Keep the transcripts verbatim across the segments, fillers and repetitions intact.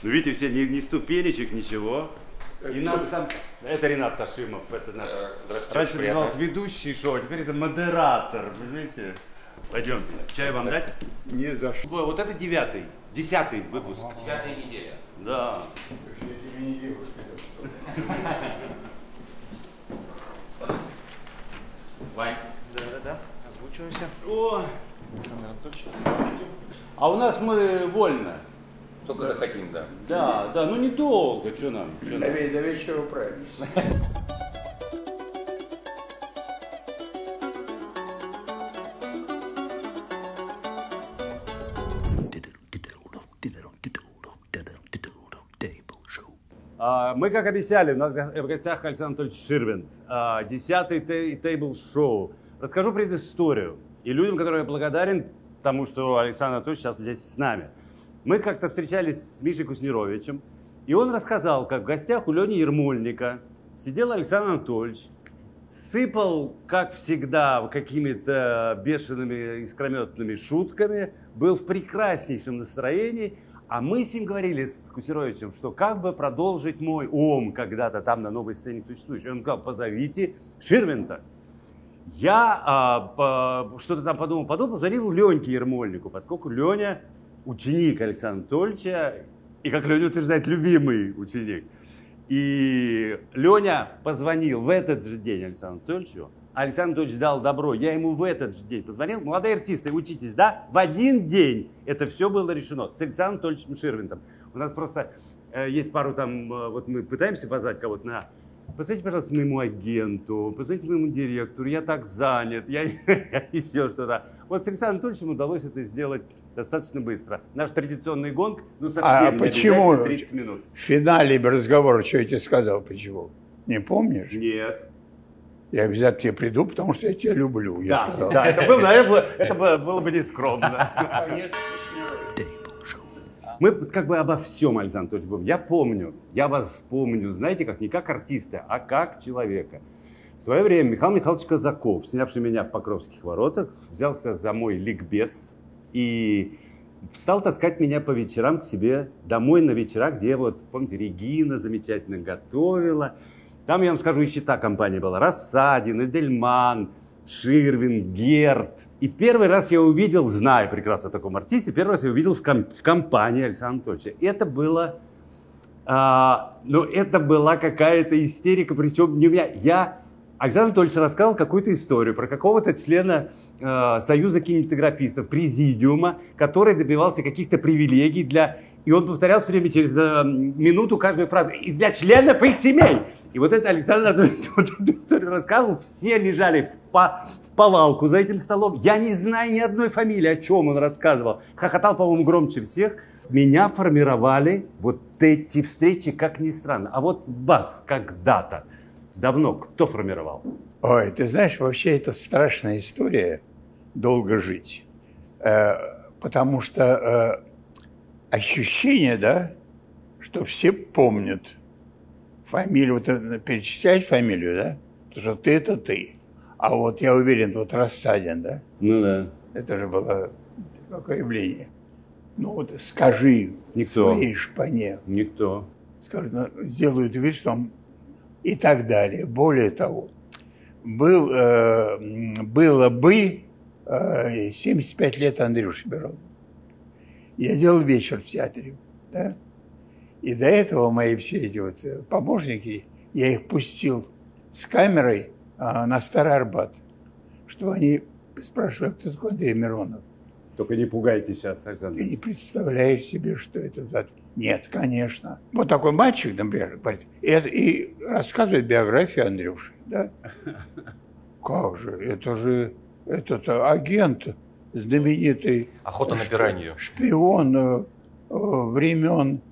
Ну, видите, все ни, ни ступенечек, ничего. И нас сам... Это Ренат Ташимов. Это наш... Раньше назывался ведущий шоу, а теперь это модератор. Понимаете? Пойдемте. Чай вам дать? Не за что. Вот это девятый, десятый выпуск. Девятая неделя. Да. Я тебе не девушка. Вань. Да, да, да. Озвучиваемся. О! Александр Анатольевич. А у нас мы вольно. Сколько захотим, да. Да, да, ну недолго, что нам? Что До, нам? ве- до вечера правильно. А, Мы, как обещали, у нас в гостях Александр Анатольевич Ширвинд, а, десятый тей- тейбл-шоу. Расскажу предысторию. И людям, которым я благодарен, тому, что Александр Анатольевич сейчас здесь с нами. Мы как-то встречались с Мишей Куснировичем, и он рассказал, как в гостях у Лени Ермольника сидел Александр Анатольевич, сыпал, как всегда, какими-то бешеными искрометными шутками, был в прекраснейшем настроении, а мы с ним говорили, с Куснировичем, что как бы продолжить мой ом когда-то там на новой сцене существующий. Он сказал, позовите Ширвинда. Я а, по, что-то там подумал, подумал, позвонил Леньке Ермольнику, поскольку Леня ученик Александра Анатольевича, и, как Леня утверждает, любимый ученик. И Леня позвонил в этот же день Александру Анатольевичу, Александр Анатольевич дал добро, я ему в этот же день позвонил. Молодые артисты, учитесь, да? В один день это все было решено с Александром Анатольевичем Ширвиндом. У нас просто э, есть пару там, э, вот мы пытаемся позвать кого-то на... Позвоните, пожалуйста, моему агенту, позвоните моему директору, я так занят, я еще что-то. Вот с Александром Анатольевичем удалось это сделать достаточно быстро. Наш традиционный гонг, ну совсем А не почему обязательно тридцать минут. в финале разговора, что я тебе сказал, почему? Не помнишь? Нет. Я обязательно к тебе приду, потому что я тебя люблю, я Да, сказал. да, это было, наверное, это было, было бы нескромно. Мы как бы обо всем, Александр Анатольевич, будем. Я помню, я вас помню, знаете, как не как артиста, а как человека. В свое время Михаил Михайлович Казаков, снявший меня в Покровских воротах, взялся за мой ликбез и стал таскать меня по вечерам к себе домой на вечера, где вот, помните, Регина замечательно готовила. Там, я вам скажу, еще та компания была. Рассадин, Эдельман, Ширвинд, Герд. И первый раз я увидел, зная прекрасно о таком артисте, первый раз я увидел в, ком- в компании Александра Анатольевича. Это было, а, ну, это была какая-то истерика, причем не у меня. Я, Александр Анатольевич рассказал какую-то историю про какого-то члена а, Союза кинематографистов, президиума, который добивался каких-то привилегий для... И он повторял все время через а, минуту каждую фразу. И для членов их семей. И вот это Александр Анатольевич вот эту историю рассказывал, все лежали в, по, в повалку за этим столом. Я не знаю ни одной фамилии, о чем он рассказывал. Хохотал, по-моему, громче всех. Меня формировали вот эти встречи, как ни странно. А вот вас когда-то, давно, кто формировал? Ой, ты знаешь, вообще это страшная история, долго жить. Э, потому что э, ощущение, да, что все помнят. Фамилию, вот перечислять фамилию, да? Потому что ты – это ты. А вот я уверен, вот Рассадин, да? Ну да. Это же было какое явление. Ну вот скажи Никто. своей шпане. Никто. Скажи, ну, сделают вид, что он... И так далее. Более того, был, э, было бы э, семьдесят пять лет Андрюши Берон. Я делал вечер в театре, да? И до этого мои все эти вот помощники, я их пустил с камерой а, на Старый Арбат, чтобы они спрашивали, кто такой Андрей Миронов. Только не пугайте сейчас, Александр. Ты не представляешь себе, что это за... Нет, конечно. Вот такой мальчик, например, и, и рассказывает биографию Андрюши, да? Как же, это же этот агент знаменитый. Охота на пиранью. Шпион э, времен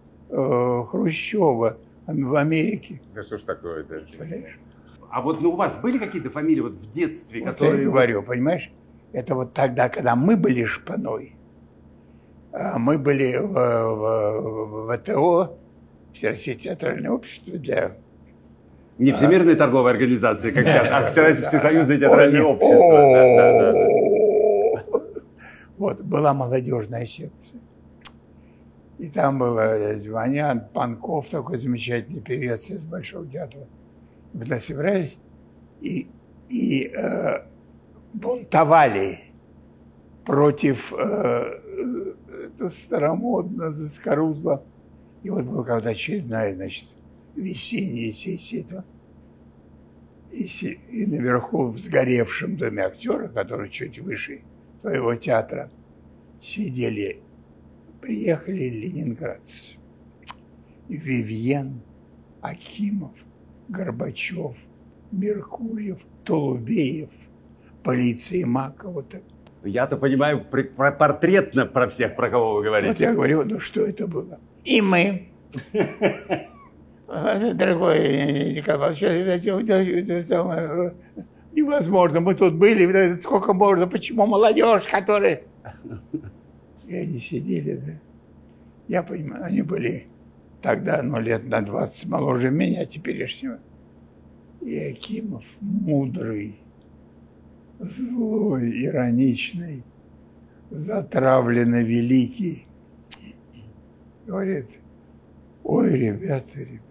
Хрущева в Америке. Да что ж такое-то? Понимаешь? А вот ну, у вас были какие-то фамилии вот в детстве, Вот которые... я говорю, понимаешь, это вот тогда, когда мы были шпаной, мы были в, в, в ВТО, Всероссийское театральное общество для... Не Всемирной торговой организации, как сейчас, а Всесоюзное театральное общество. Вот, была молодежная секция. И там был э, Звонян, Панков, такой замечательный певец из Большого театра. Мы туда собирались и, и э, бунтовали против э, это старомодно, заскорузло. И вот была когда очередная, значит, весенняя сессия этого. И, и наверху в сгоревшем доме актера, который чуть выше твоего театра, сидели, приехали ленинградцы. Вивьен, Акимов, Горбачев, Меркурьев, Толубеев, полиция Макова. Я-то понимаю при- про- портретно про всех, про кого вы говорите. Вот я говорю, ну что это было? И мы. Дорогой Николай Павлович, невозможно. Мы тут были, сколько можно, почему молодежь, которая... И они сидели, да. Я понимаю, они были тогда, ну, лет на двадцать моложе меня теперешнего. И Акимов мудрый, злой, ироничный, затравленно великий, говорит: ой, ребята, ребята,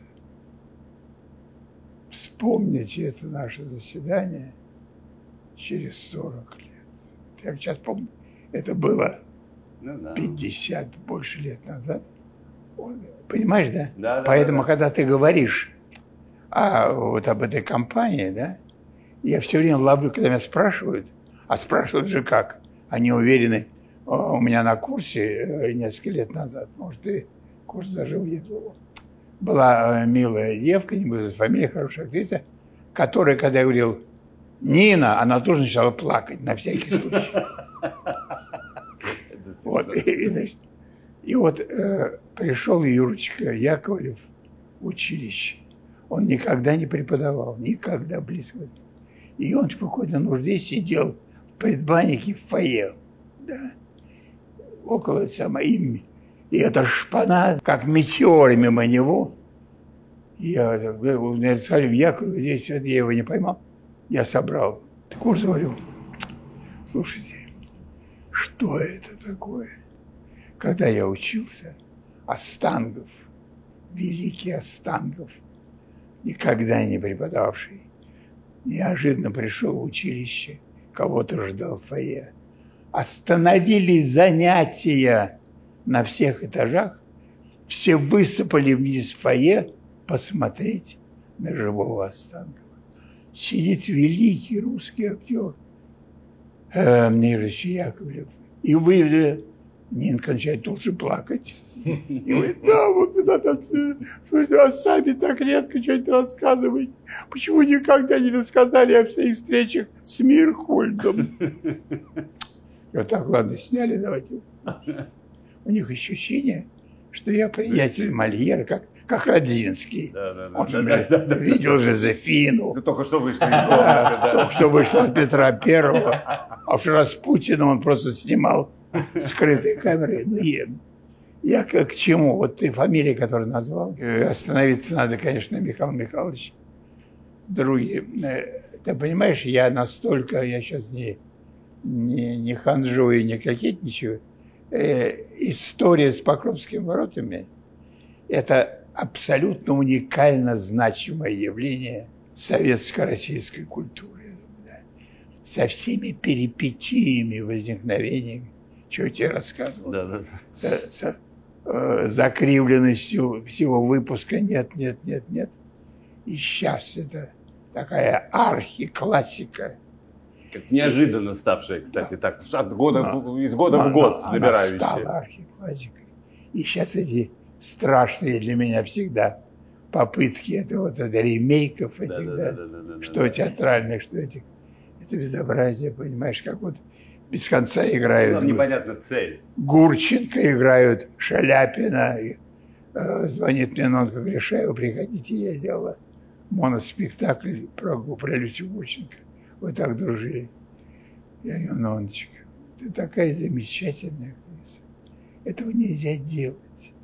вспомните это наше заседание через сорок лет. Я сейчас помню, это было ну, да. пятьдесят больше лет назад. Понимаешь, да? Да, да. Поэтому, да, да. когда ты говоришь а, вот об этой компании, да, я все время ловлю, когда меня спрашивают, а спрашивают же как? Они уверены, у меня на курсе несколько лет назад, может, и курс даже где-то была милая девка, не буду фамилия, хорошая актриса, которая, когда я говорил Нина, она тоже начала плакать на всякий случай. Вот, и, значит, и вот э, пришел Юрочка Яковлев в училище. Он никогда не преподавал, никогда близко. И он в какой-то нужде сидел в предбаннике в фойе, да, около самой имени. И эта шпана, как метеор мимо него. Я, я сказал, Яковлев, здесь я его не поймал. Я собрал курс, говорю, слушайте, что это такое? Когда я учился, Остангов, великий Остангов, никогда не преподававший, неожиданно пришел в училище, кого-то ждал в фойе. Остановились занятия на всех этажах, все высыпали вниз в фойе посмотреть на живого Остангова. Сидит великий русский актер э, Мирош Яковлев. И вы, Нинка начинает тут же плакать. И говорит, да, вот надо, что сами так редко что-нибудь рассказываете. Почему никогда не рассказали о своих встречах с Мирхольдом? Вот так, ладно, сняли, давайте. У них ощущение, что я приятель Мольера, как, как Родзинский. Да, да, да, Он же да, да, да, видел Жозефину. Ну, только что вышли из комнаты, да. Только что вышла от Петра Первого. А уж Распутина он просто снимал скрытой камерой. Ну, я, я к, к чему? Вот ты фамилии, которую назвал. Остановиться надо, конечно, Михаил Михайлович. Другие. Ты понимаешь, я настолько, я сейчас не, не, не ханжу и не кокетничаю. Э, история с Покровскими воротами – это абсолютно уникально значимое явление советско-российской культуры. Да. Со всеми перипетиями возникновения, что я тебе рассказывал. Да, да, да. С э, закривленностью всего выпуска «нет, нет, нет, нет». И сейчас это такая архиклассика. Как неожиданно ставшая, кстати, да. Так, от года, но, из года но, в год но набирающая. Она стала архиклассикой. И сейчас эти страшные для меня всегда попытки этого, вот, это ремейков этих, да, да, да, да, да, что да, театральных, что этих. Это безобразие, понимаешь, как вот без конца играют. Ну, непонятна цель. Гурченко играют, Шаляпина. И, э, звонит мне Нонка Гришаева, приходите, я сделала моноспектакль про, про Люсю Гурченко. Вы так дружили. Я говорю, Ноночка, ты такая замечательная актриса. Этого нельзя делать.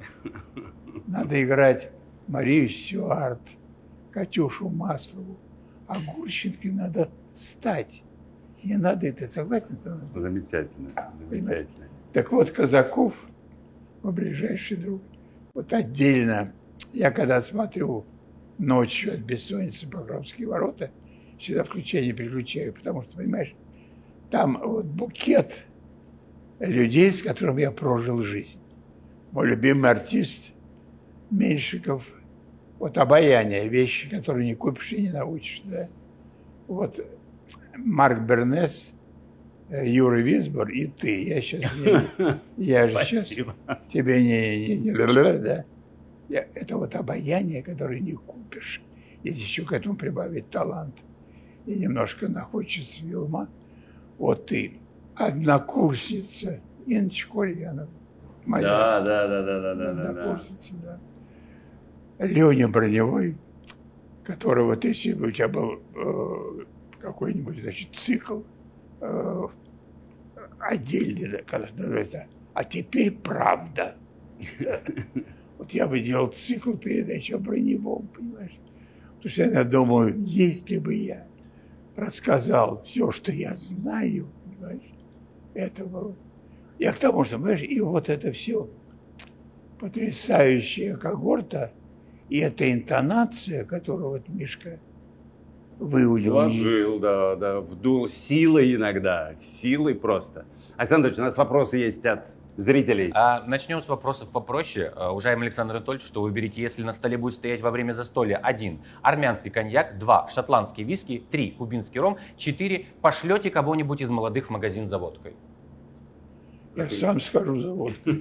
Надо играть Марию Стюарт, Катюшу Маслову. А Гурченко надо стать. Не надо, ты согласен со мной? Замечательно. Замечательно. Так вот, Казаков мой ближайший друг. Вот отдельно, я когда смотрю ночью от бессонницы Покровские ворота, всегда включение переключаю, потому что, понимаешь, там вот букет людей, с которыми я прожил жизнь. Мой любимый артист Меньшиков. Вот обаяние, вещи, которые не купишь и не научишь, да. Вот Марк Бернес, Юра Висбор и ты. Я сейчас, я, я же сейчас тебе не, не, не да. Я, это вот обаяние, которое не купишь. Если еще к этому прибавить талант и немножко находчивость ума. Вот ты, однокурсница Инночка Ульянова. Моя Да, да, да, да, да, да, однокурсница, да. Леня Броневой, который вот если бы у тебя был э, какой-нибудь, значит, цикл э, отдельный, да, когда называется, а теперь правда. Вот я бы делал цикл передач о Броневом, понимаешь? Потому что я думаю, если бы я рассказал все, что я знаю, понимаешь, это было. Я к тому, что, понимаешь, и вот это все потрясающая когорта, и эта интонация, которую вот Мишка выудил. Вложил, да, да, вдул силой иногда, силой просто. Александр Анатольевич, у нас вопросы есть от зрителей. А, начнем с вопросов попроще. А, уважаемый Александр Анатольевич, что выберите, если на столе будет стоять во время застолья? Один. Армянский коньяк. Два. Шотландский виски. Три. Кубинский ром. Четыре. Пошлете кого-нибудь из молодых в магазин за водкой. Я сам скажу за водку.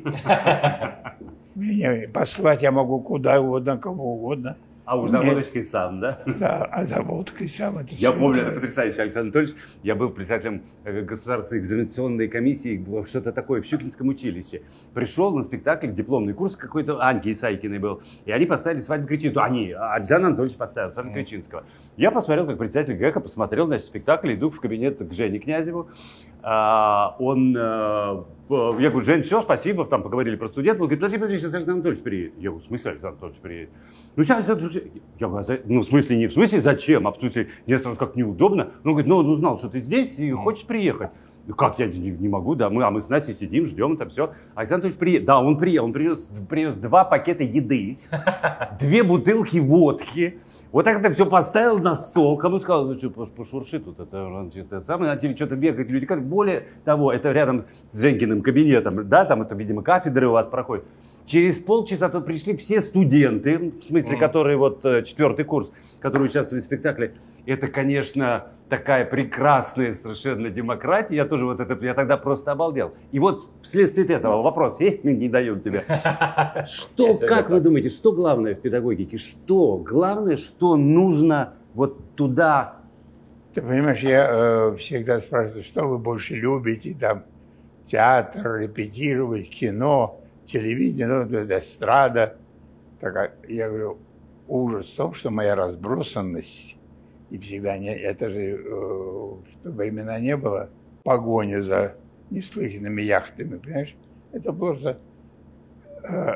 Меня послать я могу куда угодно, кого угодно. А уж за водочкой сам, да? Да, а за водкой сам это Я святое. помню, это потрясающе, Александр Анатольевич. Я был председателем государственной экзаменационной комиссии, что-то такое, в Щукинском училище. Пришел на спектакль, дипломный курс какой-то, Аньки Исайкиной был. И они поставили «Свадьбу Кречинского». Они, Александр Анатольевич поставил «Свадьбу Кречинского». Я посмотрел, как председатель ГЭКа, посмотрел, значит, спектакль, иду в кабинет к Жене Князеву. А, он... Я говорю, Жень, все, спасибо, там поговорили про студентов. Он говорит, подожди, подожди, сейчас Александр Анатольевич приедет. Я говорю, в смысле Александр Анатольевич приедет? Ну, сейчас Александр Анатольевич... Я говорю, ну, в смысле, не в смысле, зачем, а в смысле, мне сразу как неудобно. Он говорит, ну, он узнал, что ты здесь и хочешь приехать. Ну, как, я не, не могу, да, мы, а мы с Настей сидим, ждем, там все. Александр Анатольевич приедет. Да, он приехал, он принес, принес два пакета еды, две бутылки водки. Вот так это все поставил на стол. Кому сказал, ну что, пошурши тут, это, это самое, на тебе что-то бегают люди. Более того, это рядом с Женькиным кабинетом, да, там это, видимо, кафедры у вас проходят. Через полчаса тут пришли все студенты, в смысле, mm. которые вот четвертый курс, которые участвовали в спектакле. Это, конечно, такая прекрасная совершенно демократия. Я тоже вот это, я тогда просто обалдел. И вот вследствие этого вопрос, э, не даем тебе. Что, как вы думаете, что главное в педагогике? Что главное, что нужно вот туда? Ты понимаешь, я э, всегда спрашиваю, что вы больше любите, там, театр, репетировать, кино, телевидение, ну, эстрада. Так, я говорю, ужас в том, что моя разбросанность, и всегда не, это же э, в то времена не было погони за неслыханными яхтами, понимаешь? Это просто э,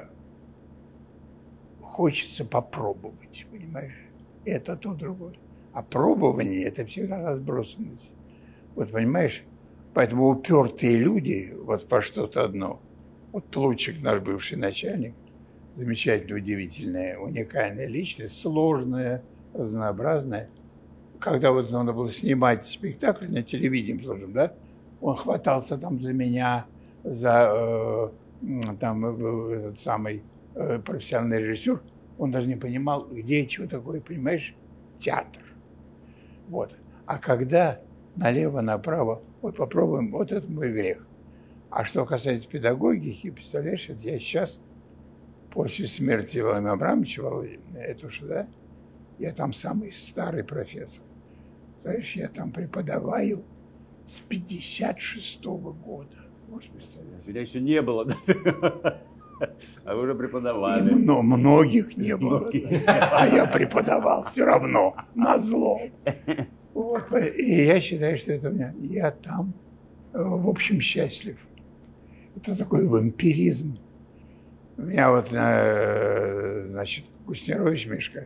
хочется попробовать, понимаешь? Это то другое. А пробование – это всегда разбросанность. Вот понимаешь? Поэтому упертые люди вот во что-то одно. Вот Плутчик, наш бывший начальник, замечательная, удивительная, уникальная личность, сложная, разнообразная. Когда вот надо было снимать спектакль на телевидении, скажем, да, он хватался там за меня, за э, там был этот самый э, профессиональный режиссер, он даже не понимал, где и что такое, понимаешь, театр. Вот. А когда налево-направо, вот попробуем, вот это мой грех. А что касается педагогики, представляешь, это я сейчас, после смерти Владимира Абрамовича, это уж, да, я там самый старый профессор. Знаешь, я там преподаваю с пятьдесят шестого года. Можешь представить? Меня еще не было, да? А вы уже преподавали. И мно, многих не было. А я преподавал все равно, назло. Вот, и я считаю, что это у меня, я там, в общем, счастлив. Это такой вампиризм. У меня вот, значит, Куснирович Мишка,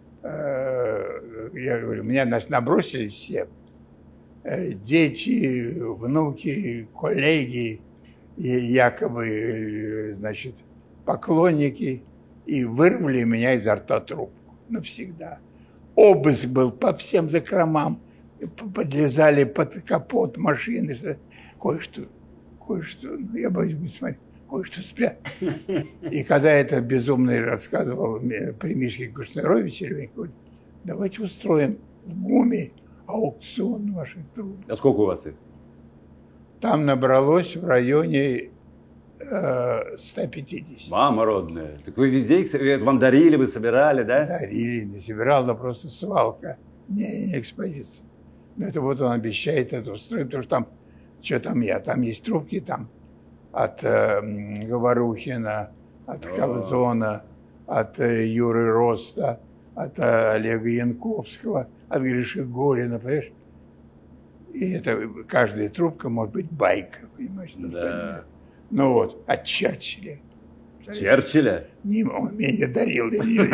я говорю, меня, значит, набросили все. Дети, внуки, коллеги, и якобы, значит, поклонники, и вырвали меня изо рта трубку навсегда. Обыск был по всем закромам, подлезали под капот машины, кое-что, кое-что, ну, я боюсь быть смотреть, кое-что спрятал. И когда это безумный рассказывал при Мишке Кушнеровиче, давайте устроим в ГУМе аукцион ваших трубок. А сколько у вас их? Там набралось в районе э, ста пятидесяти. Мама родная. Так вы везде их, это вам дарили, вы собирали, да? Дарили, не собирал, но просто свалка. Не, не экспозиция. Но это вот он обещает это устроить, потому что там, что там я, там есть трубки, там от э, Говорухина, от Кобзона, от э, Юры Роста, от э, Олега Янковского, от Гриши Горина, понимаешь? И это каждая трубка может быть байка, понимаешь? Да. Ну вот, от Черчилля. Черчилля? Не, он мне не дарил.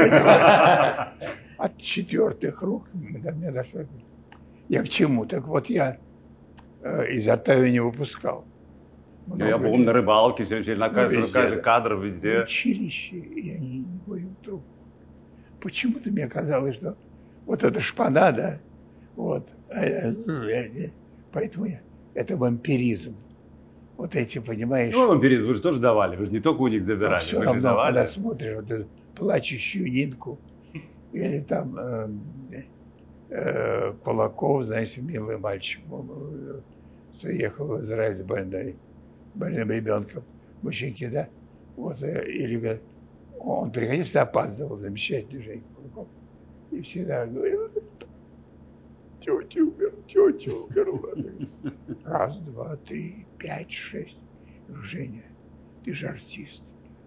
От четвертых рук до меня дошло. Я к чему? Так вот я э, изо рта ее не выпускал. Ну, я помню, на рыбалке, все, на каждый, везде, каждый да. кадр везде. В училище я не, не курил трубку. Почему-то мне казалось, что вот эта шпана, да, вот, поэтому я, это вампиризм. Вот эти, понимаешь... Ну, вампиризм вы же тоже давали, вы же не только у них забирали. Но все вы равно, давали. когда смотришь вот эту плачущую Нинку, или там э, э, Кулаков, знаешь, милый мальчик, ехал в Израиль с больной, больным ребенком, мужчинки, да, вот, или он приходил, всегда опаздывал, замечательный Женька Кулаков, и всегда говорил, тетя умерла, тетя умерла. Раз, два, три, пять, шесть. Женя, ты же артист.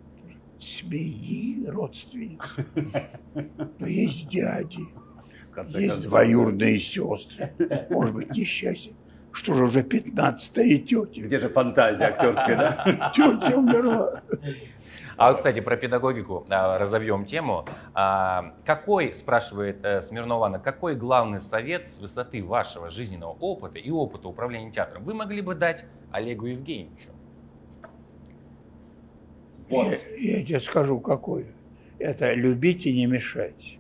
Смени родственниц. Но есть дяди, есть двоюродные сестры. Может быть, несчастье. Что же уже пятнадцатая тетя? Где же фантазия актерская, да? Тетя умерла. А вот, кстати, про педагогику а, разовьем тему. А, какой, спрашивает э, Смирнова Анна, какой главный совет с высоты вашего жизненного опыта и опыта управления театром вы могли бы дать Олегу Евгеньевичу? Вот. Я, я тебе скажу, какой. Это любить и не мешать.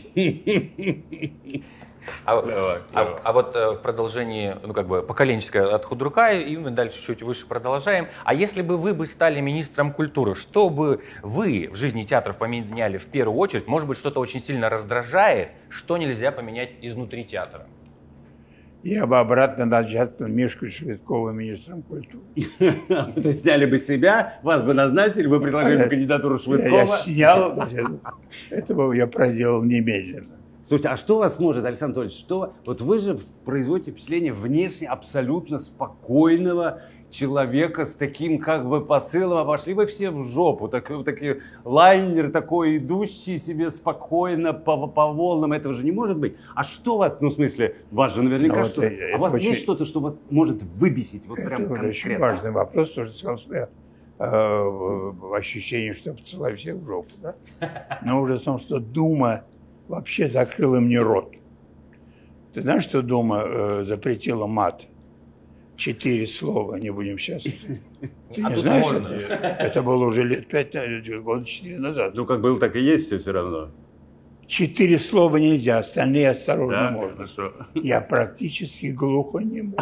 А, Давай, а- давай. а вот э, в продолжении, ну как бы поколенческое от Худрука, и мы дальше чуть выше продолжаем. А если бы вы бы стали министром культуры, что бы вы в жизни театров поменяли в первую очередь? Может быть, что-то очень сильно раздражает, что нельзя поменять изнутри театра? Я бы обратно назначил Мишку Швидкова министром культуры. То есть сняли бы себя, вас бы назначили, вы предложили бы кандидатуру Я, Швыдкова. я снял, это бы я проделал немедленно. Слушайте, а что вас может, Александр Анатольевич, что... Вот вы же производите впечатление внешне абсолютно спокойного человека с таким как бы посылом, а пошли вы все в жопу. Так, такой лайнер такой, идущий себе спокойно по, по волнам, этого же не может быть. А что вас, ну в смысле, вас же наверняка Ну, что... вот, а у вас очень- есть что-то, что вас может выбесить? Вот прям Это очень конкретно? важный вопрос, тоже сказал, что я э, ощущение, что поцеловал всех в жопу. Да? Но уже в том, что Дума вообще закрыла мне рот. Ты знаешь, что Дума э, запретила мат? Четыре слова, не будем сейчас. Ты А не тут знаешь, можно. это, это было уже лет пять, года четыре назад. Ну, как был, так и есть все все равно. Четыре слова нельзя, остальные осторожно Да, можно. хорошо. Я практически глухонемой.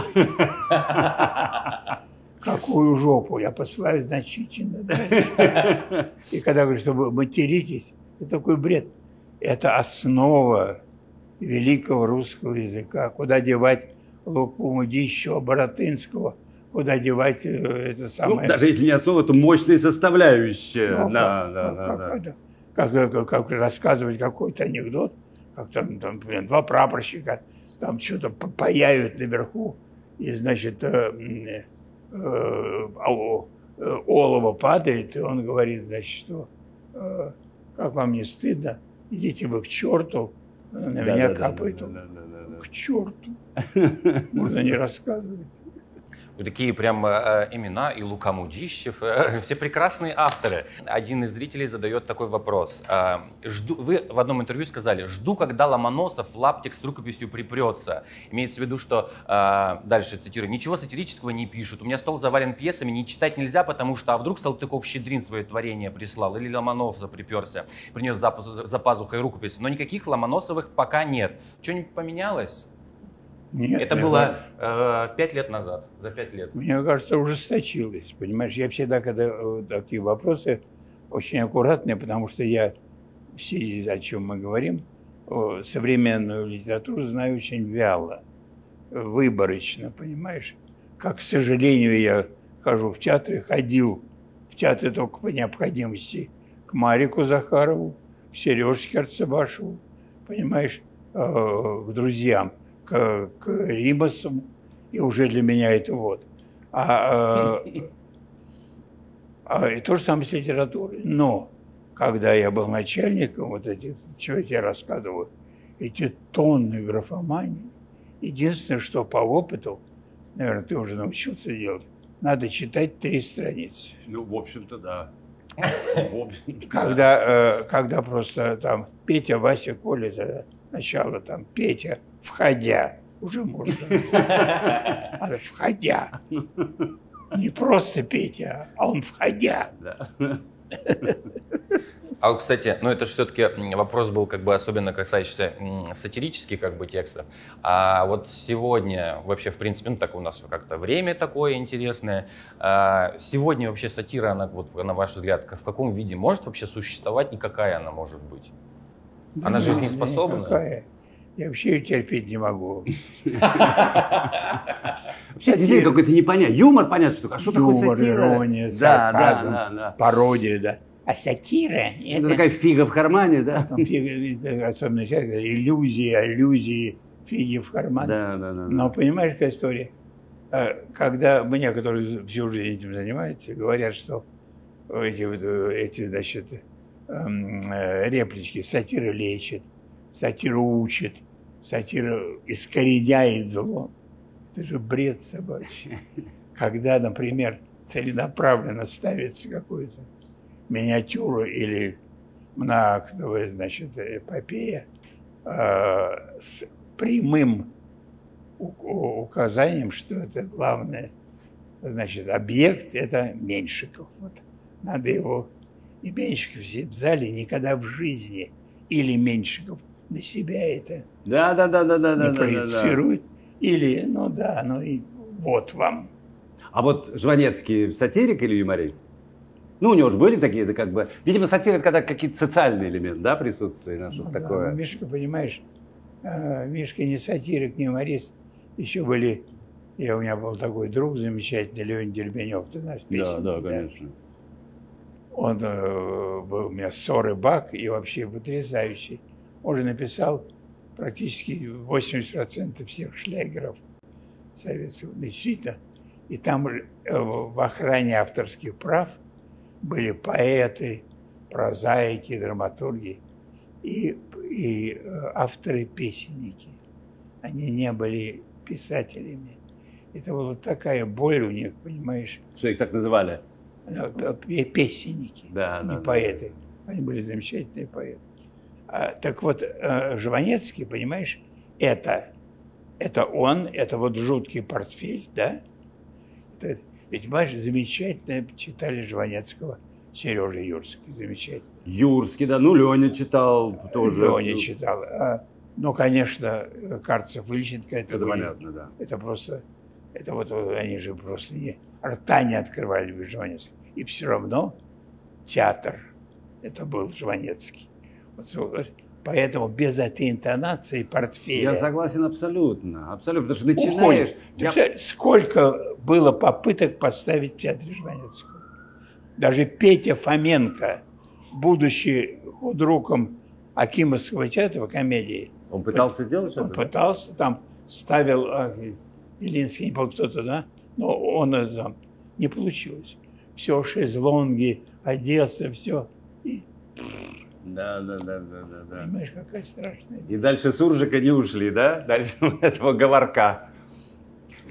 Какую жопу? Я посылаю значительно дальше. И когда говорю, что вы материтесь, это такой бред. Это основа великого русского языка. Куда девать Луку Мудищева, Боротынского? Куда девать э, это Ну, самое... даже если не основа, то мощная составляющая. Ну, да, как, да, ну, да, как, да. это, как, как- как рассказывать какой-то анекдот, как там, там блин, два прапорщика там что-то п- паяют наверху, и, значит, э, м, э, а о- э, олово падает, и он говорит, значит, что э, как вам не стыдно, идите вы к черту, на меня Да-да-да, капает. да-да-да-да-да. К черту. Можно не рассказывать. Такие прям э, имена, и Лука Мудищев, э, все прекрасные авторы. Один из зрителей задает такой вопрос. Э, жду, вы в одном интервью сказали: жду, когда Ломоносов в лаптик с рукописью припрется. Имеется в виду, что, э, дальше цитирую, ничего сатирического не пишут, у меня стол завален пьесами, не читать нельзя, потому что, а вдруг Салтыков-Щедрин свое творение прислал, или Ломоносов приперся, принес за, за пазухой рукопись. Но никаких Ломоносовых пока нет. Что-нибудь поменялось? Нет, Это было э, пять лет назад, за пять лет. Мне кажется, ужесточилось, понимаешь? Я всегда, когда э, такие вопросы, очень аккуратные, потому что я, все, о чем мы говорим, э, современную литературу знаю очень вяло, выборочно, понимаешь? Как, к сожалению, я хожу в театры, ходил в театры только по необходимости к Марику Захарову, к Сережке Арцебашеву, понимаешь, э, к друзьям. К, к Римасу, и уже для меня это вот. А, а, а, и то же самое с литературой. Но когда я был начальником, вот эти, что я тебе рассказываю, эти тонны графомании, единственное, что по опыту, наверное, ты уже научился делать, надо читать три страницы. Ну, в общем-то, да. Когда, э, когда просто там Петя, Вася, Коля, тогда, начало там Петя, входя, уже можно. А входя. Не просто Петя, а он входя. А вот, кстати, ну это же все-таки вопрос был как бы особенно касающийся сатирических как бы текстов. А вот сегодня вообще, в принципе, ну так у нас как-то время такое интересное. А сегодня вообще сатира, она, вот, на ваш взгляд, в каком виде может вообще существовать и какая она может быть? Да она нет, жизнеспособна? Никакая. Я вообще ее терпеть не могу. Вообще, действительно, какой-то непонятно. Юмор, понятно, что, а что такое Юмор, сатира? ирония, Да, сарказм, да, да, да. пародия, да. А сатира — Это это... такая фига в кармане, да? Там фига, особенно сейчас, иллюзии, аллюзии, фиги в карман. Да, да, да. Но понимаешь, какая история? Когда мне, которые всю жизнь этим занимаются, говорят, что эти, эти значит, реплички сатира лечит, сатира учит, сатира искореняет зло. Это же бред собачий. Когда, например, целенаправленно ставится какую-то миниатюру или многоактовая, значит, эпопея э, с прямым указанием, что это главное, значит, объект — это Меньшиков. Вот. Надо его... И Меньшиков сидит в зале никогда в жизни. Или Меньшиков на себя это да, да, да, да, да, не да, проецирует. Да, да. Или, ну да, ну и вот вам. А вот Жванецкий сатирик или юморист? Ну, у него же были такие, да, как бы... Видимо, сатира — это когда какие-то социальные элементы, да, присутствуют, ну, что-то да, такое. ну, Мишка, понимаешь, Мишка не сатирик, не юморист. Еще были... Я, у меня был такой друг замечательный, Леонид Дербенев, ты знаешь, песенник, да, да, конечно. Он э, был у меня ссоры-бак и вообще потрясающий. Он же написал практически восемьдесят процентов всех шлягеров советских. Действительно. И там э, в охране авторских прав были поэты, прозаики, драматурги и, и э, авторы-песенники. Они не были писателями. Это была такая боль у них, понимаешь? Что их так называли? Песенники, да, не да, поэты. Да. Они были замечательные поэты. А, так вот, э, Жванецкий, понимаешь, это, это он, это вот жуткий портфель, да? Это, ведь, понимаешь, замечательно читали Жванецкого Сережа Юрский, замечательно. Юрский, да, ну, Леня читал тоже. Леня читал. А, ну, конечно, Карцев, Ильченко, это, это были, понятно, да. Это просто, это вот они же просто не, рта не открывали без Жванецкого. И все равно театр, это был Жванецкий. Вот, поэтому без этой интонации портфеля... Я согласен абсолютно, абсолютно, потому что начинаешь... Я... Я... Сколько было попыток поставить в театре Жванецкого. Даже Петя Фоменко, будучи худруком Акимовского театра комедии... Он пытался делать он это? Он пытался, там ставил Илинский, не помню, кто-то, да? Но он там не получилось. Все, шезлонги, Одесса, все. И... Да, да, да, да, да, да. Понимаешь, какая страшная. И дальше Суржика не ушли, да? Дальше этого говорка.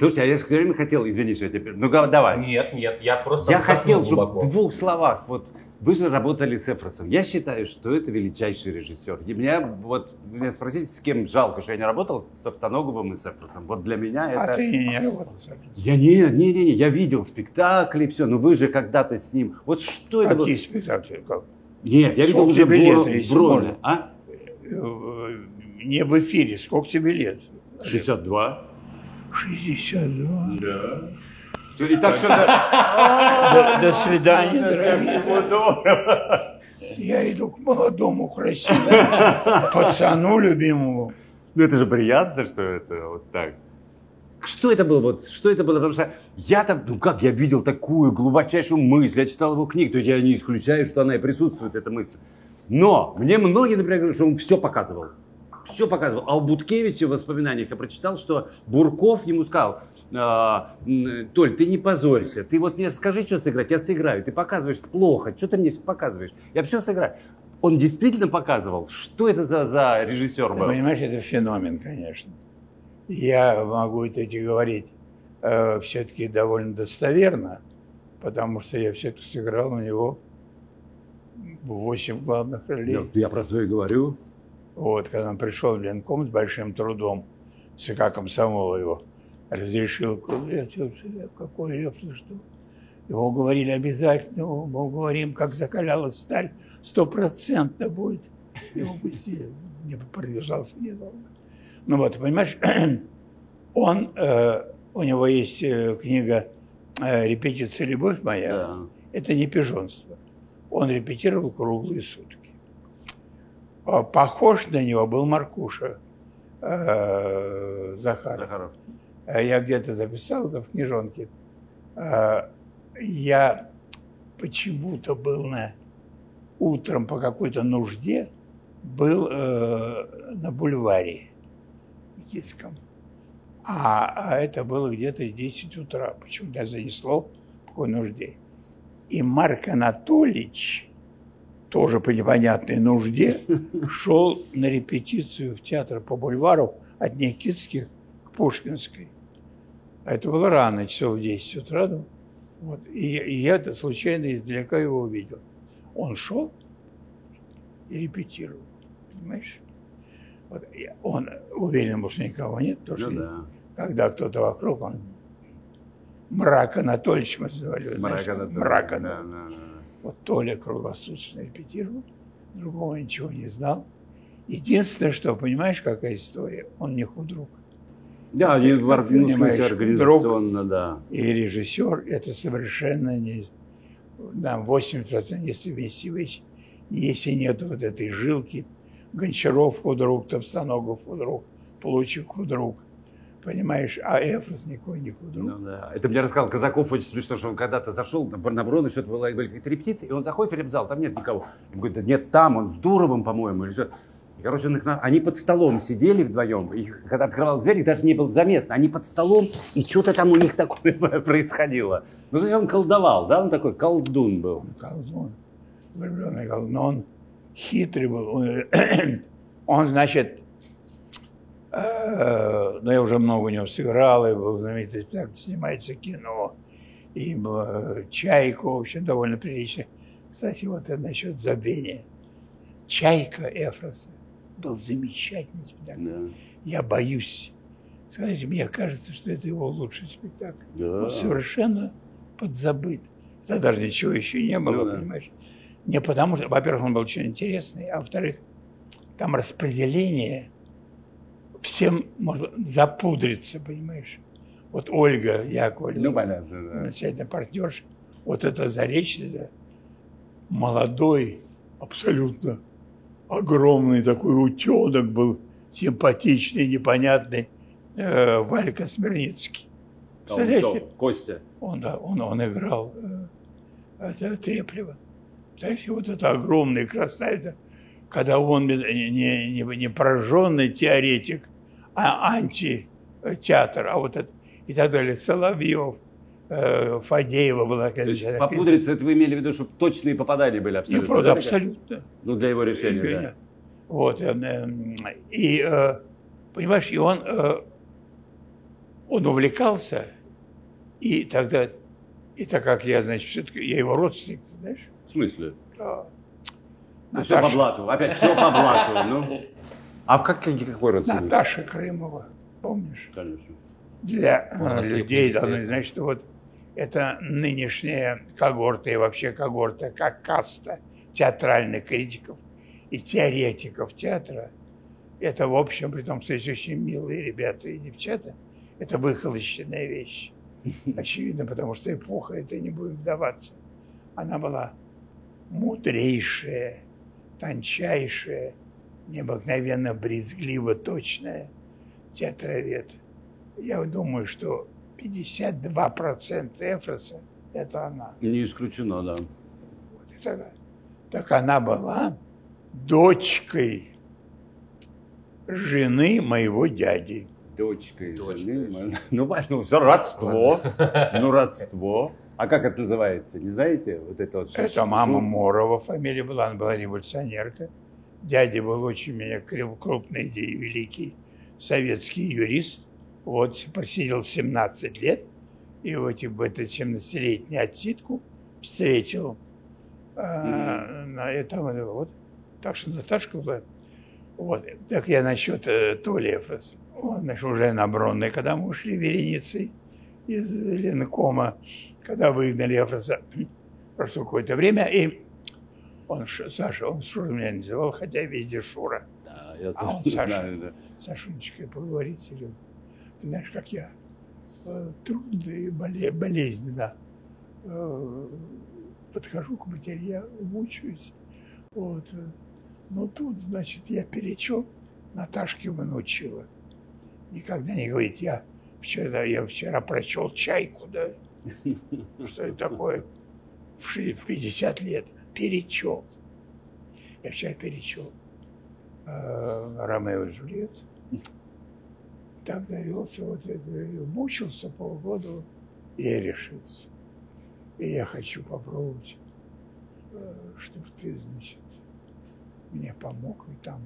Слушайте, а я же все время хотел, извини, что я теперь... Ну, давай. Нет, нет, я просто... Я хотел, чтобы глубоко. в двух словах, вот вы же работали с Эфросом. Я считаю, что это величайший режиссер. И меня, вот, меня спросите, с кем жалко, что я не работал, с Автоноговым и с Эфросом. Вот для меня это... А ты не работал с Эфросом? Я не, не, не, не, я видел спектакли, все, но вы же когда-то с ним... Вот что это было? Какие спектакли? Как? Нет, я видел Сколько уже тебе лет, Бро- если Броня. можно? А? Не в эфире. Сколько тебе лет? шестьдесят два. шестьдесят два. Да. Итак, что-то... До свидания, дорогие. Всего доброго. Я иду к молодому, красивому пацану любимому. Ну это же приятно, что это вот так. Что это было? Вот, что это было? Потому что я там, ну как, я видел такую глубочайшую мысль, я читал его книгу, то есть я не исключаю, что она и присутствует, эта мысль. Но мне многие, например, говорят, что он все показывал. Все показывал. А у Буткевича в воспоминаниях я прочитал, что Бурков ему сказал: Толь, ты не позорься, ты вот мне скажи, что сыграть, я сыграю. Ты показываешь плохо, что ты мне показываешь? Я все сыграю. Он действительно показывал, что это за, за режиссер был? Ты понимаешь, это феномен, конечно. Я могу это тебе говорить э, все-таки довольно достоверно, потому что я все-таки сыграл у него восемь главных ролей. Я, я про то и говорю. Вот, когда он пришел в Ленком с большим трудом, ЦК комсомола его разрешил, какой Эфрос, что его говорили обязательно, мы говорим, как закалялась сталь, стопроцентно будет. Его пустили, не продержался недолго. Ну вот, понимаешь, он, э, у него есть э, книга э, «Репетиция. Любовь моя». Да. Это не пижонство. Он репетировал круглые сутки. Похож на него был Маркуша э, Захаров. Захаров. Я где-то записал это в книжонке. Я почему-то был на утром по какой-то нужде, был э, на бульваре Никитском. А, а это было где-то десять утра. Почему-то я занесло по какой нужде. И Марк Анатольевич, тоже по непонятной нужде, шел на репетицию в театр по бульвару от Никитских к Пушкинской. А это было рано, часов в десять утра. Ну, вот. И, и я случайно издалека его увидел. Он шел и репетировал, понимаешь? Вот. Он уверен был, что никого нет, потому Ну, что да. когда кто-то вокруг, он Мрак Анатольевич мы называли. Мрак знаешь, Анатольевич. Мрак Да, Анатольевич. да, да. Вот Толя круглосуточно репетировал, другого ничего не знал. Единственное, что, понимаешь, какая история, он не худрук. Да, и в ор- ну, в Понимаешь, смысле организационно, да. И режиссер это совершенно не... Да, восемьдесят процентов, если вместе вещи, если нет вот этой жилки, Гончаров худрук, Товстоногов худрук, Плучик худрук, понимаешь, а Эфрос никакой не худрук. Ну, да. Это мне рассказал Казаков очень смешно, что он когда-то зашел на, на Брону, что-то было, были какие-то репетиции, и он заходит в репзал, там нет никого. Он говорит: да нет, там, он с Дуровым, по-моему, или что. И, короче, он их на... они под столом сидели вдвоем, и когда открывалась дверь, их даже не было заметно. Они под столом, и что-то там у них такое происходило. Ну, то есть он колдовал, да, он такой колдун был. Он колдун, влюбленный колдун, но он хитрый был. Он, он значит, э, ну, я уже много у него сыграл, и был знаменитый, так снимается кино, и э, «Чайка», в общем, довольно прилично. Кстати, вот это насчет забвения. «Чайка» Эфроса был замечательный спектакль. Да. Я боюсь. Скажите, мне кажется, что это его лучший спектакль. Да. Он совершенно подзабыт. Это даже ничего еще не было, Ну, да. понимаешь? Не потому что, во-первых, он был очень интересный, а во-вторых, там распределение всем может запудриться, понимаешь? Вот Ольга Яковлевна, Ну, понятно, да. настоятельная партнерша, вот это Заречье, да, молодой, абсолютно огромный такой утенок был, симпатичный, непонятный, э, Валька Смирницкий. Представляете? Костя. Он, да, он, он играл э, это Треплева. Представляете, вот это огромный красавец, когда он не, не, не прожженный теоретик, а антитеатр, а вот это, и так далее. Соловьев, э, Фадеева была. То есть попудриться, это вы имели в виду, чтобы точные попадания были абсолютно? Не, правда, да, абсолютно. Ну, для его решения, И, да. Вот, э, и, э, понимаешь, и он, э, он увлекался, и тогда, и так как я, значит, все-таки, я его родственник, знаешь? В смысле? Да. Все по блату, опять все по блату. Ну. А в как, какой родственник? Наташа Крымова, помнишь? Конечно. Для Ладно, людей все должны знать, что вот это нынешняя когорта и вообще когорта, как каста театральных критиков и теоретиков театра, это в общем, при том, что есть очень милые ребята и девчата, это выхолощенная вещь. Очевидно, потому что эпоха, это не будем вдаваться, она была мудрейшая, тончайшая, необыкновенно брезгливо точная театровед. Я думаю, что пятьдесят два процента Эфроса – это она. Не исключено, да. Вот это, так она была дочкой жены моего дяди. Дочкой. Дочкой. жены. Ну, ну, все родство. Ну, родство. А как это называется? Не знаете? Вот это вот. Это мама Морова фамилия была, она была революционерка. Дядя был очень у меня крупный и великий советский юрист. Вот просидел семнадцать лет, и вот в эту семнадцатилетнюю отсидку встретил э, на этом вот. Так что Наташка была. Вот. Так я насчет э, Толи Эфроса. Он, значит, уже на Бронной, когда мы ушли вереницей из Ленкома, когда выгнали Эфроса, прошло какое-то время, и он, Саша, он Шура меня называл, хотя везде Шура. Да, я А он тоже Саша, знаю, да. Сашунечка, поговорить серьезно. Ты знаешь, как я э, трудно и боле, болезненно э, подхожу к матери, я мучаюсь. Вот. Но тут, значит, я перечел, Наташке научила. Никогда не говорит, я вчера, я вчера прочел «Чайку», да? Что это такое? В пятьдесят лет. Перечел. Я вчера перечел э, «Ромео и Джульетту». Так завелся, вот это, мучился полгода, и я решился. И я хочу попробовать, чтобы ты, значит, мне помог, и там.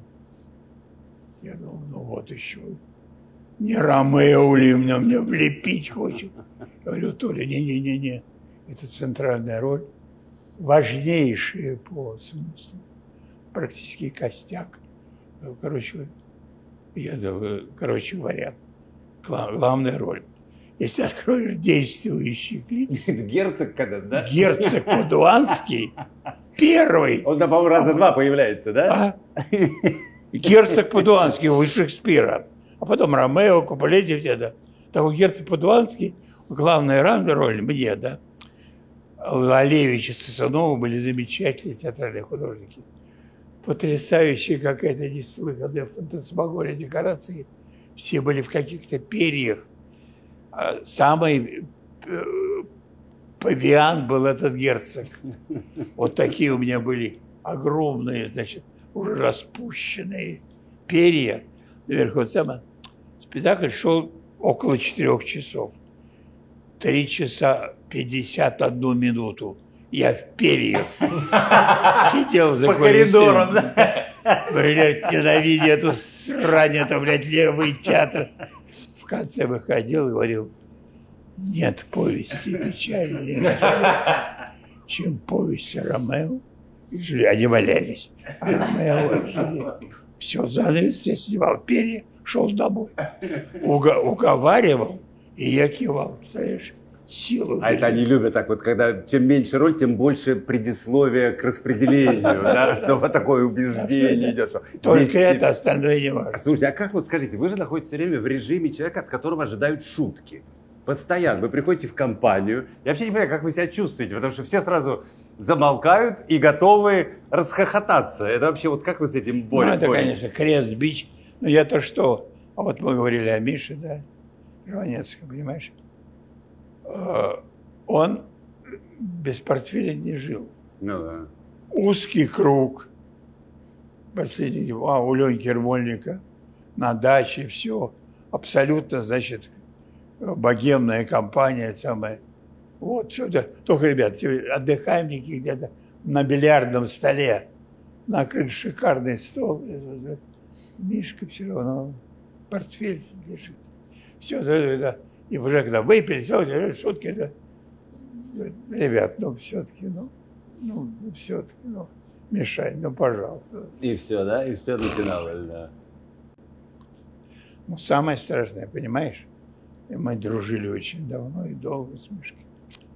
Я думал, ну вот еще не Ромео ли мне, мне влепить хочет. Я говорю, Толя, не-не-не-не, это центральная роль, важнейшая по смыслу, практически костяк. Короче, я думаю, короче говоря, главная роль. Если откроешь действующих лиц... Герцог когда, да? Герцог Падуанский первый. Он, да, по-моему, раза два появляется, да? А? Герцог Падуанский у Шекспира. А потом Ромео, Капулетти, все, да. Так вот, герцог Падуанский, главная роль мне, да. Лалевич и Сосунова были замечательные театральные художники. Потрясающая какая-то неслыханная фантасмагория декораций. Все были в каких-то перьях. Самый павиан был этот герцог. Вот такие у меня были огромные, значит, уже распущенные перья. Наверху вот самое. Спектакль шел около четырех часов. Три часа пятьдесят одну минуту. Я в перьях сидел за коридором, да? Блядь, ненавидя эту срань, это, блядь, левый театр. В конце выходил и говорил, нет повести печальнее, чем повесть о Ромео и Джульетте. Они валялись. А Ромео и Джульетте. Все, занавес, я снимал перья, шел домой. Уга- уговаривал, и я кивал, представляешь? Силу. А это они любят так вот, когда чем меньше роль, тем больше предисловия к распределению, да? Что вот такое убеждение идет. Только это, остальное не важно. Слушайте, а как вот, скажите, вы же находитесь все время в режиме человека, от которого ожидают шутки. Постоянно. Вы приходите в компанию. Я вообще не понимаю, как вы себя чувствуете, потому что все сразу замолкают и готовы расхохотаться. Это вообще вот как вы с этим боретесь? Ну, это, конечно, крест, бич. Но я-то что? А вот мы говорили о Мише, да, Жванецком, понимаешь? Он без портфеля не жил. Ну да. Узкий круг. Последний, а у Леньки Ермольника на даче все. Абсолютно, значит, богемная компания самая. Вот, все. Да. Только, ребят, отдыхаем где-то на бильярдном столе. Накрыт шикарный стол. Мишка все равно портфель лежит. Все, да, да. И уже когда выпили, все, шутки, да. Ребят, ну все-таки, ну, ну все-таки, ну, Мишань, ну, пожалуйста. И все, да? И все начиналось, да. Ну, самое страшное, понимаешь? И мы дружили очень давно и долго с Мишкой.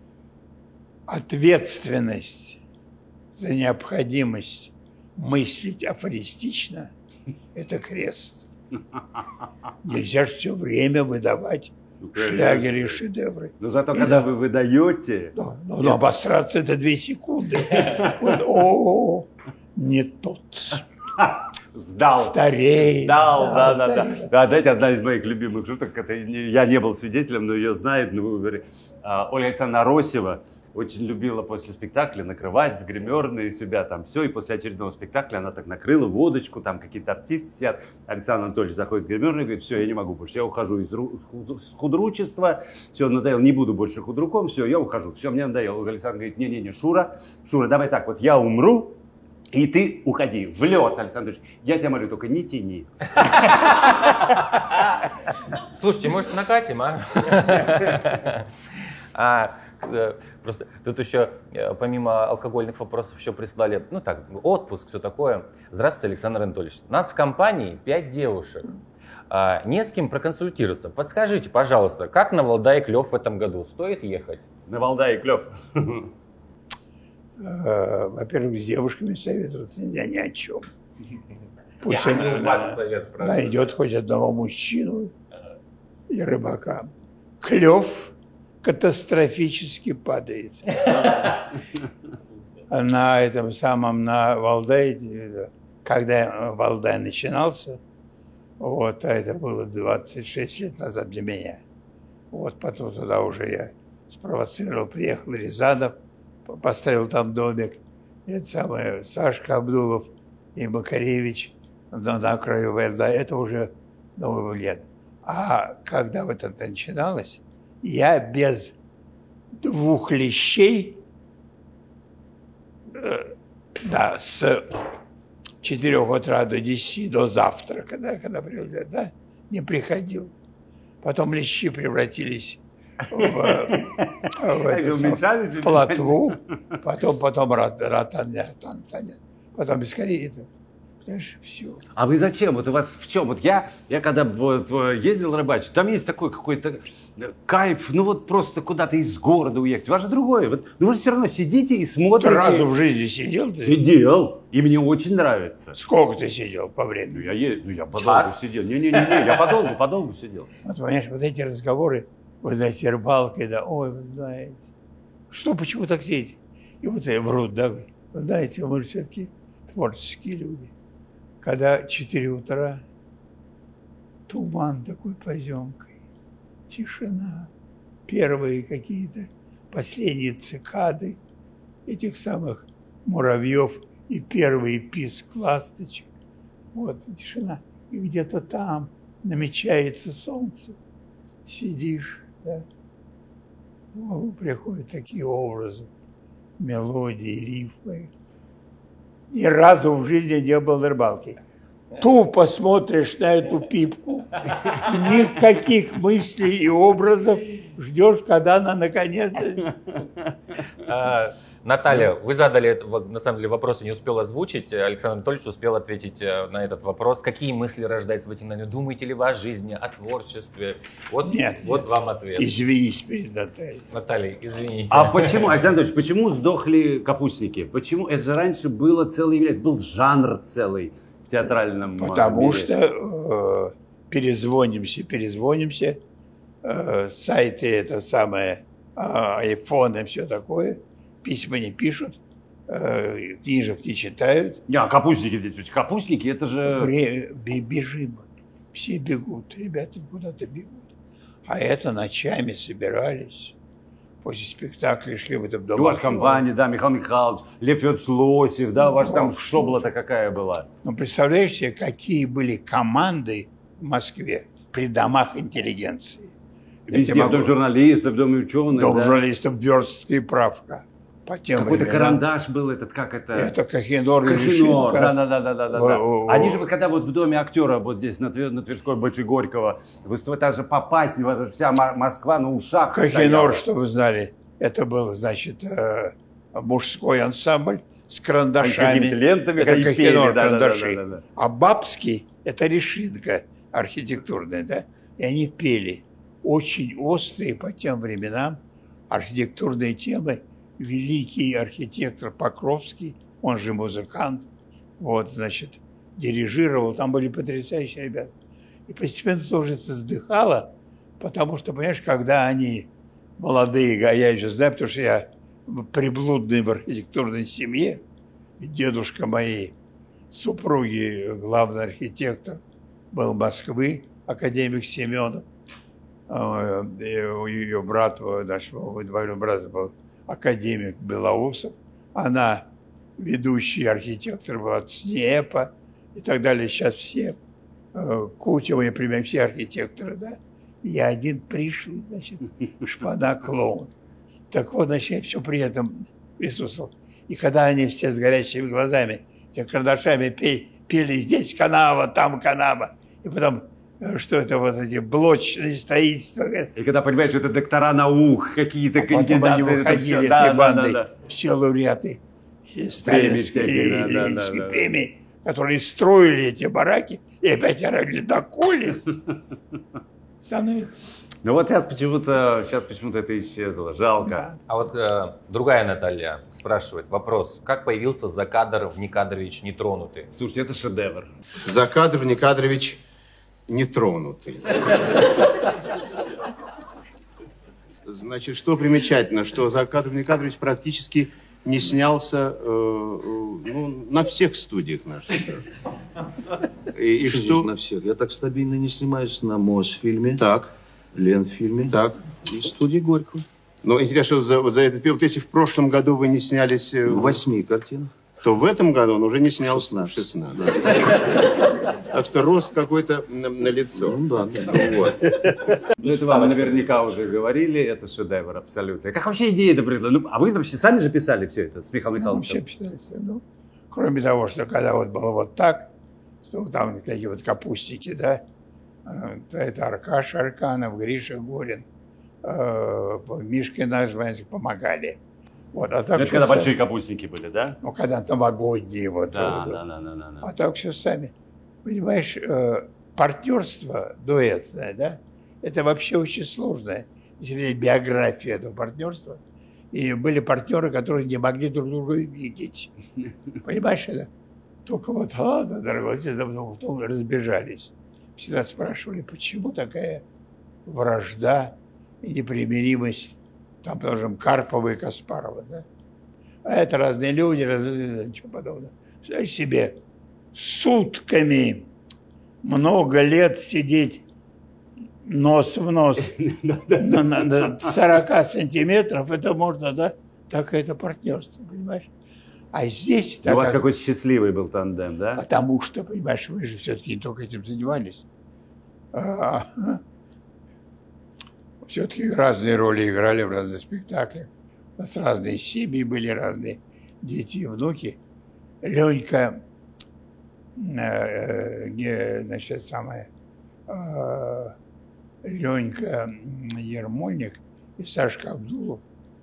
Ответственность за необходимость мыслить афористично – это крест. Нельзя же все время выдавать ну, шлягеры и шедевры. Но зато, и когда да, вы выдаете... Ну, ну, ну, обосраться – это две секунды. Вот, о, не тот. Сдал. Старей. Сдал, да, да, да. Да, знаете, одна из моих любимых шуток, это я не был свидетелем, но ее знает, ну, говорит, Ольга Александровна Аросева очень любила после спектакля накрывать в гримерной себя там все, и после очередного спектакля она так накрыла водочку, там какие-то артисты сидят, Александр Анатольевич заходит в гримерную и говорит, все, я не могу больше, я ухожу из худручества, все, надоело, не буду больше худруком, все, я ухожу, все, мне надоело. Ольга Александровна говорит, не-не-не, Шура, Шура, давай так, вот я умру, и ты уходи в лед, Александр Ильич. Я тебя молю, только не тяни. Слушайте, может, накатим, а? а просто тут еще, помимо алкогольных вопросов, еще прислали, ну так, отпуск, все такое. Здравствуйте, Александр Анатольевич. Нас в компании пять девушек. А, не с кем проконсультироваться. Подскажите, пожалуйста, как на Валдай и Клев в этом году? Стоит ехать? На Валдай и Клев? Во-первых, с девушками советоваться нельзя ни о чем. Пусть Я он вас совет найдет хоть одного мужчину и рыбака. Клев катастрофически падает. На этом самом, на Валдае, когда Валдай начинался, вот, а это было двадцать шесть лет назад для меня. Вот потом туда уже я спровоцировал, приехал Рязанов, поставил там домик. Это самое, Сашка Абдулов и Макаревич на, на краю Валдая. Это уже новый лет. А когда вот это начиналось, я без двух лещей, э, да, с четырёх утра до десяти, до завтрака, да, когда привезли, да, не приходил. Потом лещи превратились в, в, это, в плотву, потом, потом ротан, ротан, потом бескорее. Знаешь, все. А вы зачем? Вот у вас в чем? Вот я, я когда вот, ездил рыбачить, там есть такой какой-то кайф, ну вот просто куда-то из города уехать. У вас же другое. Вот, ну вы же все равно сидите и смотрите. Ты разу в жизни сидел? Ты? Сидел. И мне очень нравится. Сколько ты сидел по времени? Ну я, е... ну, я подолгу сидел. Не-не-не, я подолгу, подолгу сидел. Вот, понимаешь, вот эти разговоры, вы знаете, рыбалкой, да, ой, вы знаете, что, почему так сидите? И вот и врут, да, вы знаете, мы же все-таки творческие люди. Когда четыре утра, туман такой поземкой, тишина, первые какие-то последние цикады этих самых муравьев и первый писк ласточек. Вот тишина. И где-то там намечается солнце. Сидишь, да. В голову приходят такие образы, мелодии, рифмы. Ни разу в жизни не был на рыбалке. Тупо смотришь на эту пипку, никаких мыслей и образов, ждешь, когда она наконец... Наталья, вы задали, на самом деле, вопрос, не успел озвучить. Александр Анатольевич успел ответить на этот вопрос. Какие мысли рождаются в эти моменты? Думаете ли вы о жизни, о творчестве? Вот, нет, вот нет. вам ответ. Извинись перед Натальей. Наталья, извините. А почему, Александр Анатольевич, почему сдохли капустники? Почему? Это же раньше было целый, был жанр целый в театральном Потому мире. что э, перезвонимся, перезвонимся, э, сайты, это самое, э, айфоны, все такое. Письма не пишут, э, книжек не читают. Не, а капустники здесь, капустники, это же... Время, бежим, все бегут, ребята куда-то бегут. А это ночами собирались, после спектакля шли в этом доме. У вас компания, да, Михаил Михайлович, Лев Федорович Лосев, да, у вас там шобла-то какая была. Ну, представляешь себе, какие были команды в Москве при домах интеллигенции. Везде, в Дом журналистов, в Доме ученых. Дом да? журналистов, верстка и правка. по тем Какой-то временам. карандаш был этот, как это? Это Кохинор и Кохинор, Решетка. да, да, да, да, да, да. О, о, Они о. же, когда вот в доме актера, вот здесь, на, Твер, на Тверской, Большой Горького, выступать, даже попасть, вот вся Москва на ушах Кохинор, стояла. что вы знали, это был, значит, э, мужской ансамбль с карандашами. Какими-то лентами, Это и Кохинор, пели, да, да, карандаши. да, да, да. А бабский – это решетка архитектурная, да? И они пели очень острые по тем временам архитектурные темы. Великий архитектор Покровский, он же музыкант, вот, значит, дирижировал. Там были потрясающие ребята. И постепенно тоже это сдыхало, потому что, понимаешь, когда они молодые, а я еще знаю, потому что я приблудный в архитектурной семье, дедушка моей супруги, главный архитектор, был Москвы, академик Семенов, ее брат, нашего двоюродного брата был академик Белоусов, она ведущий архитектор была ЦНЕПа и так далее. Сейчас все, Кутева, например, все архитекторы, да. Я один пришлый, значит, шпана-клоун. Так вот, значит, я все при этом присутствовал. И когда они все с горящими глазами, все карандашами пели, пели здесь канава, там канава, и потом что это вот эти блочные строительства. И когда понимаешь, что это доктора наук, какие-то А потом кандидаты. они выходили да, этой да, бандой, да, да. все лауреаты сталинской всякие, да, и да, ленинской да, да. премии, которые строили эти бараки, и опять орали, доколе становится. Ну вот сейчас почему-то, сейчас почему-то это исчезло. Жалко. А вот э, другая Наталья спрашивает вопрос. Как появился Закадр Никадрович Нетронутый? Слушайте, это шедевр. Закадр Никадрович Нетронутый. Значит, что примечательно, что Закадр Никадрович практически не снялся э, э, ну, на всех студиях наших. И, и Что что... здесь на всех? Я так стабильно не снимаюсь на Мосфильме, Так, Ленфильме так. и студии Горького. Но интересно, что за, вот за этот период, если в прошлом году вы не снялись, э, В восьми картинах. то в этом году он уже не снялся. шестнадцать. шестнадцать. Так что рост какой-то на, на лицо. Ну да, да. Вот. Ну, это вам наверняка уже говорили, это шедевр абсолютно. Как вообще идея это пришла? Ну, а вы вообще сами же писали все это с Михаилом Ну, все Михайловичем? писали, ну, кроме того, что когда вот было вот так, что там такие вот капустики, да, э, это Аркаш Арканов, Гриша Горин, э, Мишка наш помогали. Вот, а так Это всё когда сами. большие капустники были, да? Ну, когда новогодние вот. Да, вот, да, да, да, да, да. А так все сами. Понимаешь, э, партнерство дуэтное, да, это вообще очень сложное. Если взять биографию этого партнерства, и были партнеры, которые не могли друг друга видеть. Понимаешь, это? Только вот, а, да, дорогой, потом, потом разбежались. Всегда спрашивали, почему такая вражда и непримиримость, там, скажем, Карпова и Каспарова, да? А это разные люди, разные, ничего подобного. Представляешь себе, сутками много лет сидеть нос в нос на, на, на сорок сантиметров, это можно, да? Так это партнерство, понимаешь? А здесь... У вас как- какой-то счастливый был тандем, да? Потому что, понимаешь, вы же все-таки не только этим занимались. А, все-таки разные роли играли в разных спектаклях. У нас разные семьи были, разные дети и внуки. Ленька, э, не, значит, самое, э, Ленька Ермольник и Сашка Абдулов.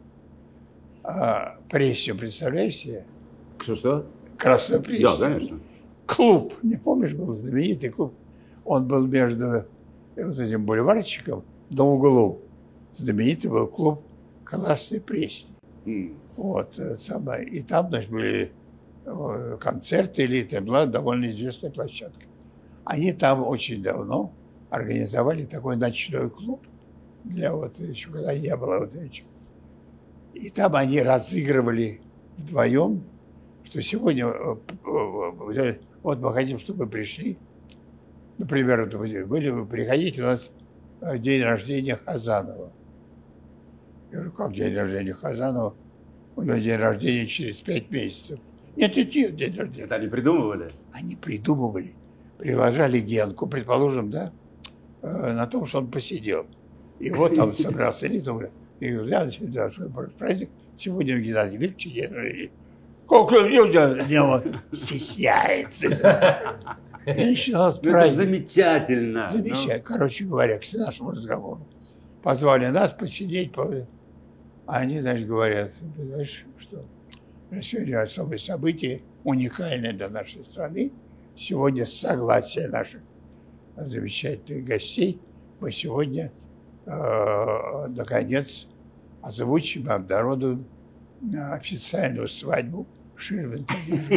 А, прессию, представляешь себе? Что-что? Красную прессию. Да, конечно. Клуб, не помнишь, был знаменитый клуб. Он был между вот этим бульварчиком на углу. Знаменитый был клуб Красной Пресни. М. Вот, э, самое. И там, значит, были э, концерты, или это была довольно известная площадка. Они там очень давно организовали такой ночной клуб для вот еще, когда не было вот этого. И там они разыгрывали вдвоем, что сегодня э, э, вот мы хотим, чтобы вы пришли. Например, вот вы были, вы приходите, у нас э, день рождения Хазанова. Я говорю, как день рождения Хазанова? У него день рождения через пять месяцев. Нет, нет, нет, день рождения. Это они придумывали? Они придумывали, приложили Генку, предположим, да, э, на том, что он посидел. И вот там собрался элита, говорит, и говорю, да, да, что праздник, Сегодня в Геннадий Викторович как люди стесняется. И начиналось Ну, это праздник. замечательно. Замечательно. Короче говоря, к нашему разговору. Позвали нас посидеть. по- А они, значит, говорят, знаешь, что сегодня особое событие, уникальное для нашей страны. Сегодня согласие наших замечательных гостей. Мы сегодня, э, наконец, озвучим, обнародуем э, официальную свадьбу Ширвинта.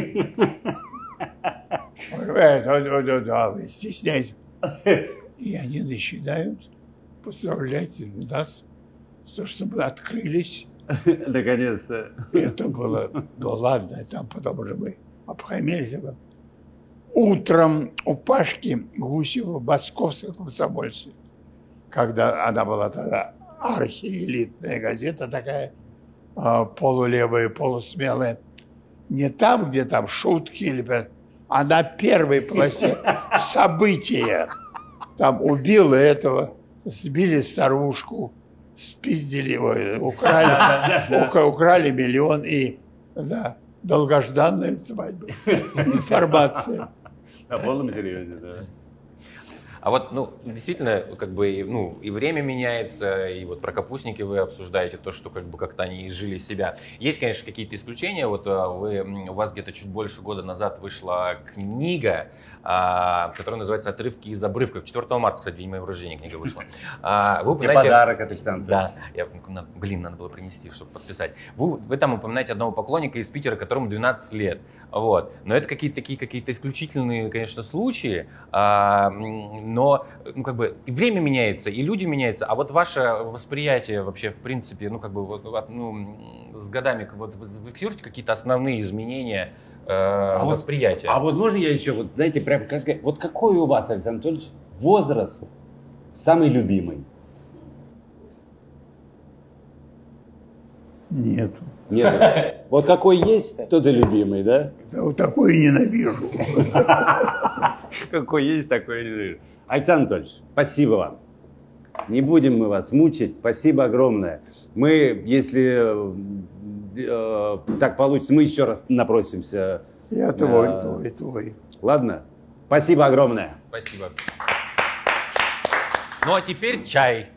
Да, да, вы стесняетесь. И они начинают поздравлять нас с тем, что мы открылись. Наконец-то. Это было, ну ладно, там потом уже мы обхамились. Утром у Пашки Гусева в московском комсомольце, когда она была тогда архиэлитная газета такая, а, полулевая, полусмелая, не там, где там шутки, или, а на первой полосе события. Там убили этого, сбили старушку, спиздили его, украли, ука- украли миллион и, да, долгожданная свадьба. Информация. На полном серьезе, да. А вот, ну, действительно, как бы, и, ну, и время меняется, и вот про капустники вы обсуждаете то, что как бы как-то они изжили себя. Есть, конечно, какие-то исключения. Вот а, вы, у вас где-то чуть больше года назад вышла книга, а, которая называется «Отрывки из обрывков». четвёртого марта, кстати, день моего рождения книга вышла. А, вы Тебе упоминаете- подарок от Александра. Да, я, на- блин, надо было принести, чтобы подписать. Вы, вы там упоминаете одного поклонника из Питера, которому двенадцать лет. Вот. Но это какие-то такие какие-то исключительные, конечно, случаи. А, м, но ну, как бы и время меняется, и люди меняются. А вот ваше восприятие вообще, в принципе, ну как бы вот, вот, ну, с годами, вот, вы фиксируете какие-то основные изменения э, вот- восприятия? А вот можно я еще, вот знаете, прям как, вот какой у вас, Александр Анатольевич, возраст самый любимый? Нет. Нет. Вот какой есть, тот и любимый, да? Да вот такое ненавижу. Какой есть, такой и не вижу. Александр Анатольевич, спасибо вам. Не будем мы вас мучить. Спасибо огромное. Мы, если э, так получится, мы еще раз напросимся. Я твой, Да. твой, твой. Ладно? Спасибо огромное. Спасибо. Ну а теперь чай.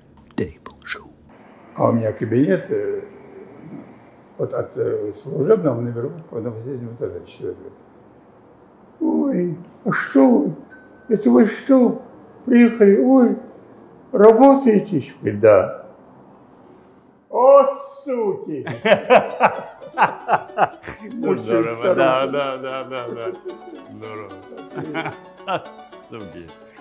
А у меня кабинет э, вот от э, служебного наверху на последнем этаже. Человек. Ой, а что вы? Это вы что? Приехали? Ой, работаете? Я говорю, да. О, суки! Мучают старуху. да, да, да, да. Здорово. Суки.